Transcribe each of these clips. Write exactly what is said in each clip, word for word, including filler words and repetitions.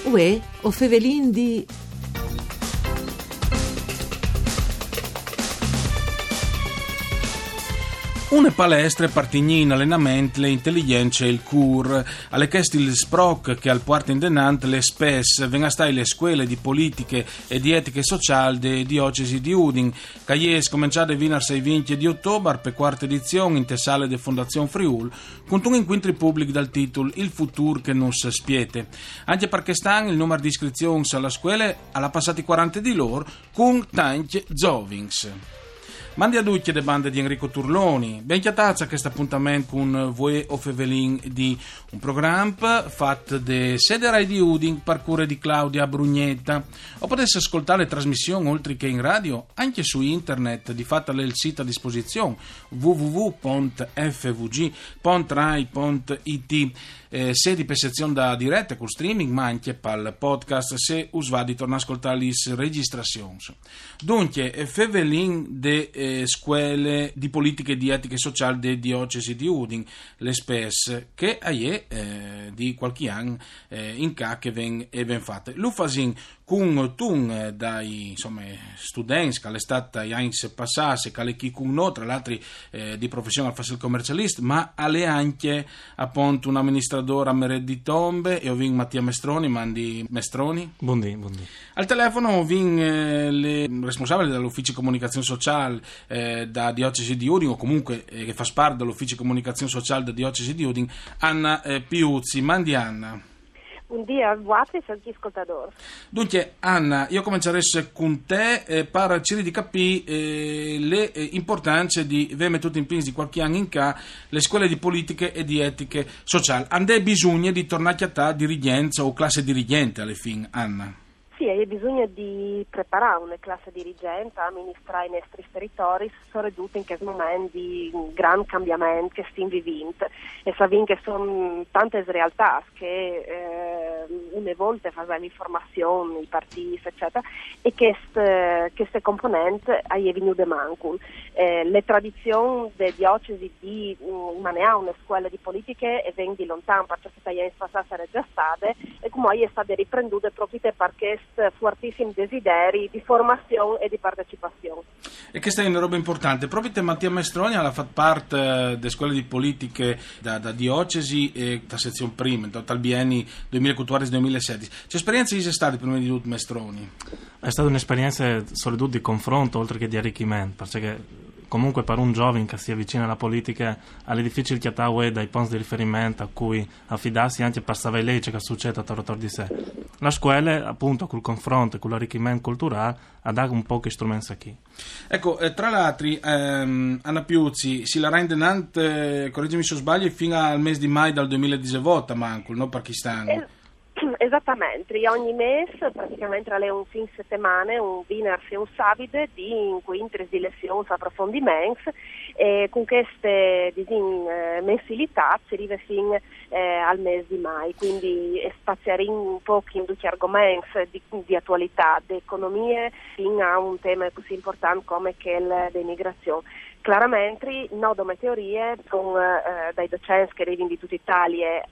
Uè, o Fevelin di... Une palestre partigni in allenamento le intelligenze e il cur, alle chesti il sproc che al quarto in denant le spes venga stai le scuole di politiche e di etiche sociali de diocesi di Udin, che ies cominciate vino al sei venti di ottobre per quarta edizione in tessale de Fondazione Friul, con un incontri pubblici dal titolo Il futur che non si spiete. Anche perché stan il numero di iscrizioni alla scuola alla passati quaranta di loro con tanti giovings. Mandi a tutti le bande di Enrico Turloni. Ben chiatazza questo appuntamento con voi o Fevelin di un programma fatto de sede Rai di Udin, parcure di Claudia Brugnetta. O potesse ascoltare le trasmissioni oltre che in radio anche su internet, di fatto il sito a disposizione w w w punto f v g punto rai punto i t. Eh, sedi per sezione da diretta con streaming, ma anche per podcast se us va di tornare a ascoltare le registrazioni. Dunque, Fevelin de eh, scuole di politiche di etiche sociali de diocesi di Udin, le spes che ahie eh, di qualche anno eh, in ca che ven e ben fatte. L'ufasin con tun dai insomma studenti che all'estate anni passati, che alle chi con no, tra l'altro eh, di professione al facile commercialista, ma alle anche appunto un amministratore a Meret di Tombe e ho vin Mattia Mestroni, mandi Mestroni. Buondì, buondì. Al telefono ho vin eh, le responsabili dell'ufficio comunicazione sociale eh, da diocesi di Udin, o comunque eh, che fa parte dell'ufficio comunicazione sociale da diocesi di Udin, Anna eh, Piuzzi. Mandi Anna. Buongiorno a voi e agli ascoltatori. Dunque, Anna, io comincerei con te eh, per cercare di capire eh, le eh, importanze di avere tutti in pins di qualche anno in ca le scuole di politiche e di etiche sociali. Ande bisogna di tornare a te dirigenza o classe dirigente alle fine, Anna? Sì, hai bisogno di preparare una classe dirigente, amministrare i nostri territori, sono ridotti in questo momento di gran cambiamento che stiamo vivendo e sappiamo che sono tante realtà che eh, una volta fanno l'informazione, i partiti eccetera e queste, queste componenti hai venuto mancano. Eh, le tradizioni delle diocesi di um, maneggiare una scuola di politiche e vengono di lontano perché gli anni passati erano già state e come è state riprendute proprio perché fortissimi desideri di formazione e di partecipazione. E questa è una roba importante. Proprio te Mattia Mestroni ha fatto parte delle scuole di politiche da, da diocesi e da sezione prima, dal bienni duemilaquattordici duemilasedici. C'è esperienza di stati prima di tutto Mestroni? È stata un'esperienza soprattutto di confronto oltre che di arricchimento, perché comunque per un giovane che si avvicina alla politica è difficile chiamare dai punti di riferimento a cui affidarsi anche per sapere legge che succede attorno di sé. La scuola, appunto, col confronto e con l'arricchimento culturale, ha dato un po' che strumenti qui. Ecco, eh, tra l'altro, ehm, Anna Piuzzi, si la rende nante, eh, correggimi se sbaglio, fino al mese di maggio del duemiladiciotto, manco, no Pakistan. Eh. Esattamente, ogni mese praticamente alle un fin settimana, un venerdì e un sabato di incontri di lezioni, approfondimenti e con queste disin, eh, mensilità si arriva fino eh, al mese di maggio, quindi spaziaremo un po' in tutti gli argomenti di, di attualità, di economia, fino a un tema così importante come quello dell'immigrazione. Chiaramente, no come teorie, con eh, dai docenti che arrivano di tutta Italia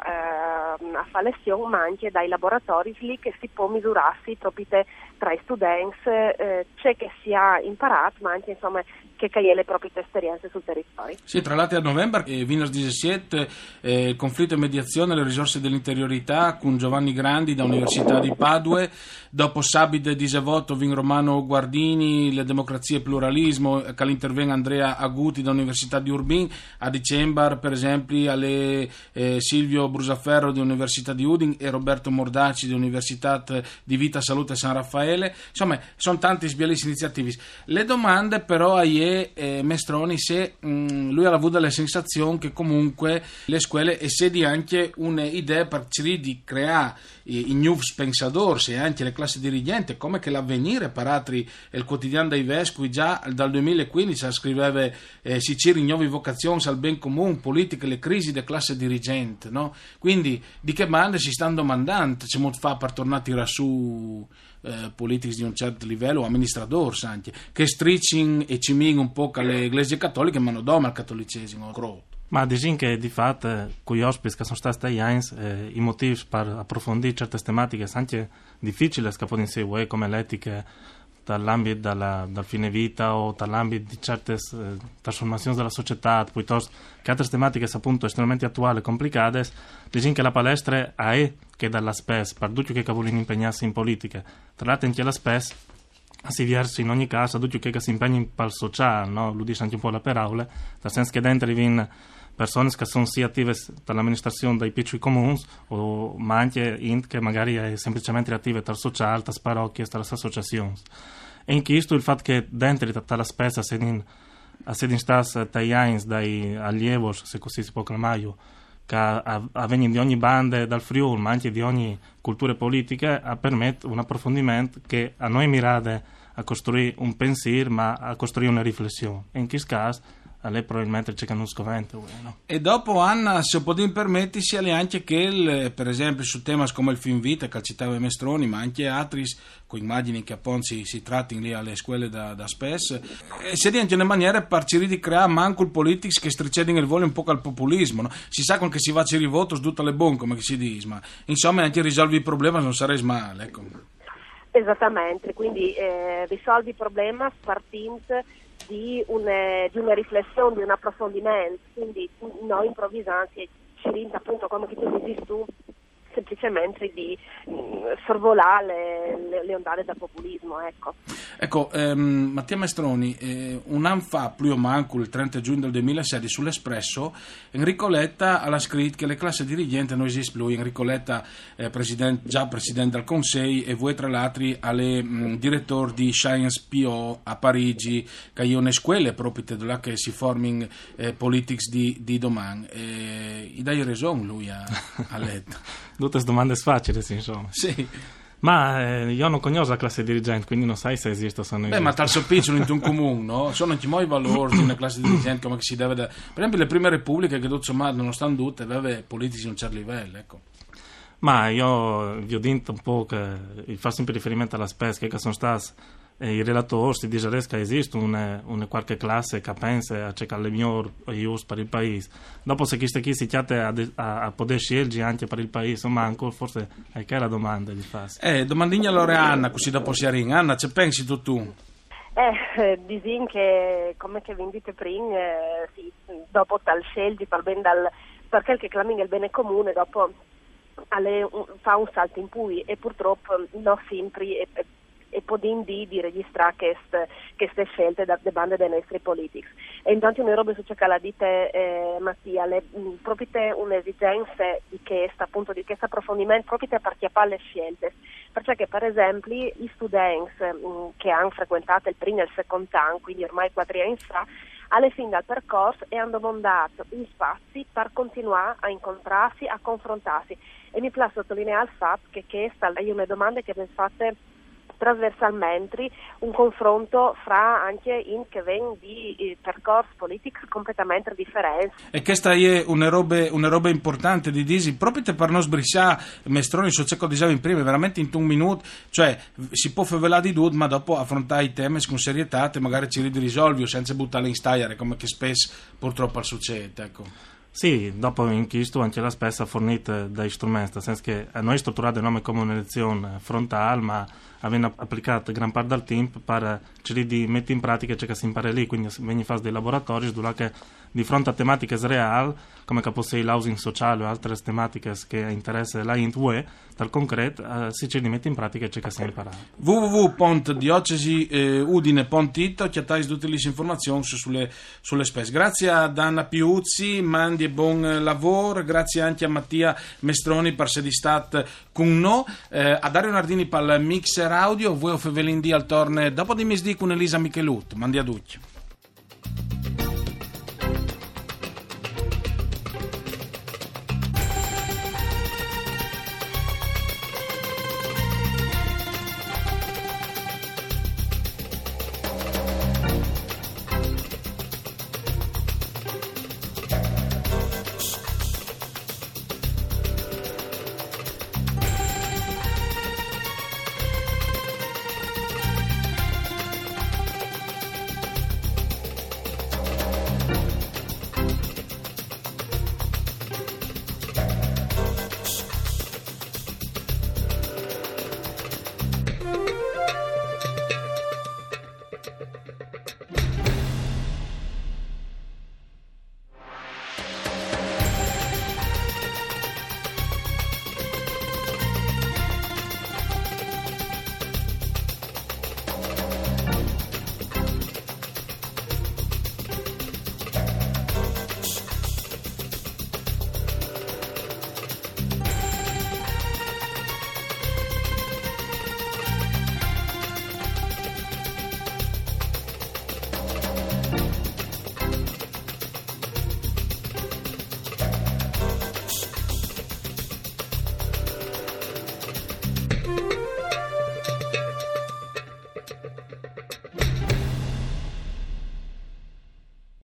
a, eh, a fare lezioni, ma anche dai laboratori lì che si può misurarsi proprio tra i studenti, eh, c'è che si ha imparato, ma anche insomma che hai le proprie esperienze sul territorio. Sì, tra l'altro a novembre, eh, venerdì diciassette, eh, conflitto e mediazione alle risorse dell'interiorità con Giovanni Grandi da Università di Padua, dopo sabato diciotto vin Romano Guardini, le democrazie e pluralismo, che all'intervento Andrea Aguti da Università di Urbin, a dicembre per esempio alle eh, Silvio Brusaferro di Università di Udin e Roberto Mordaci di Università di Vita Salute San Raffaele, insomma sono tante bellissime iniziative. Le domande però a eh, Mestroni se mh, lui ha avuto la sensazione che comunque le scuole essedi anche un'idea per cercare di creare i, i nuovi pensadori e anche le classi dirigenti, come che l'avvenire per altri il quotidiano dei vescovi già dal duemilaquindici scriveva eh, si ciri nuove vocazioni al ben comune, politica le crisi delle classi dirigenti, no? Quindi di che bande si stanno domandando c'è molto fa per tornare a tirare su eh, politici di un certo livello, amministratori anche, che stricin e cimin un po' alle eglise cattoliche, ma non doma al cattolicesimo, croto. Ma diciamo che di fatto, con gli ospiti che sono stati ieri, eh, i motivi per approfondire certe tematiche sono anche difficili, che possono essere come l'etica dall'ambito dalla, dal fine vita o dall'ambito di certe eh, trasformazioni della società, piuttosto che altre tematiche appunto estremamente attuali e complicate, diciamo che la palestra è che dalla spesa, per tutti che vogliono impegnarsi in politica, tra l'altro anche la spesa si versa in ogni caso, tutti che si impegnano per il sociale, no? Lo dice anche un po' la parola, nel senso che dentro viene persone che sono sia attive dall'amministrazione dei piccoli comuni, o, ma anche in, che magari è semplicemente attive dal sociale, dalle parrocchie, dalle associazioni. E in questo il fatto che dentro la spesa si è stati tagliati dai allievi, se così si può chiamare, che avvengono di ogni banda dal Friuli, ma anche di ogni cultura politica, a permettere un approfondimento che a noi mirate a costruire un pensiero, ma a costruire una riflessione. E in questo caso, a lei probabilmente c'è uno scovente. No? E dopo, Anna, se può permettersi, anche che, il, per esempio, su temi come il film vita, che citava Mestroni, ma anche altri, con immagini che appunto si, si trattino lì alle scuole da, da spes, e si anche una maniera per cercare di creare manco il politics che stricceddino il volo un po' al populismo. No? Si sa con che si va a cercare i voti, tutte le buone, come si dice, ma insomma anche risolvi il problema non sarebbe male. Ecco. Esattamente, quindi eh, risolvi il problema partendo Di una, di una riflessione, di un approfondimento, quindi noi improvvisanti ci rinta appunto come che tu dici tu semplicemente di mh, sorvolare le, le, le ondate del populismo, ecco. Ecco, ehm, Mattia Mestroni, eh, un anno fa, più o manco il trenta giugno del duemilasedici, sull'Espresso, Enrico Letta ha scritto che le classi dirigenti non esistono più. Enrico Letta è president, già presidente del Consiglio e voi tra l'altro alle direttore di Sciences Po a Parigi, che è una scuola proprio da che si formano eh, politics di, di domani. Eh, I dai ragione lui a, a Letta. Tutte domande facili, insomma. Sì. Ma eh, io non conosco la classe dirigente, quindi non sai se esiste o se non esiste. Beh, ma tal so piccolo in un comune, no? Sono anche i valori di una classe dirigente, come si deve da... Per esempio le prime repubbliche che tutto sommato non stanno tutte, aveva politici di un certo livello, ecco. Ma io vi ho detto un po' che fa sempre riferimento alla spesa, che sono stati eh, i relatori, si dice che esiste una, una qualche classe che pensa a cercare le migliori aiuti per il paese. Dopo se queste qui si chiede a, a, a poter scegliere anche per il paese, ma ancora forse è che è la domanda di fare. Eh, domandina allora a Anna, così dopo si arringa. Anna, ce pensi tu tu? Eh, disin che come che vi dite prima, eh, sì, dopo tal scelti per ben dal perché il che claminga il bene comune, dopo alle, un, fa un salto in cui e purtroppo non sempre e, e, e podin di, di registrare queste, queste scelte da de bande dei nostri politici. E intanto una roba su ciò che la dite eh, Mattia, le, mh, proprio te un'esigenza di questo appunto di questo approfondimento proprio te partecipare alle scelte, perché per esempio gli studenti mh, che hanno frequentato il primo e il secondo anno, quindi ormai quattro anni fa, alla fine del percorso e hanno domandato gli spazi per continuare a incontrarsi, a confrontarsi. E mi piace sottolineare il fatto che questa è una domanda che viene fatta trasversalmente, un confronto fra anche in che vengono di eh, percorsi politici completamente differenti. E questa è una roba, una roba importante di Disi, proprio per non sbriciare Mestroni, so cerco di dire in prima, veramente in un minuto, cioè si può favelare di tutto, ma dopo affrontare i temi con serietà e magari ci risolvi senza buttarli in stagliare, come che spesso purtroppo succede, ecco. Sì, dopo in questo anche la spesa fornita dai strumenti, nel senso che a noi strutturato il nome come un'elezione frontale, ma avendo applicato gran parte del tempo per cercare di mettere in pratica ciò che si impara lì, quindi vengono fatti dei laboratori dove che di fronte a tematiche reali, come che fosse l'housing sociale o altre tematiche che interessano la I N T U E, dal concreto eh, si cerca di mettere in pratica ciò che si impara. w w w punto diocesi udine punto it chiattais tutte le informazioni sulle, sulle spese. Grazie ad Anna Piuzzi, mandi e buon lavoro, grazie anche a Mattia Mestroni per essere stato con noi, eh, a Dario Nardini per il mixer audio, voi o Fevelin di al torne dopo di misdì con Elisa Michelut, mandi a tutti.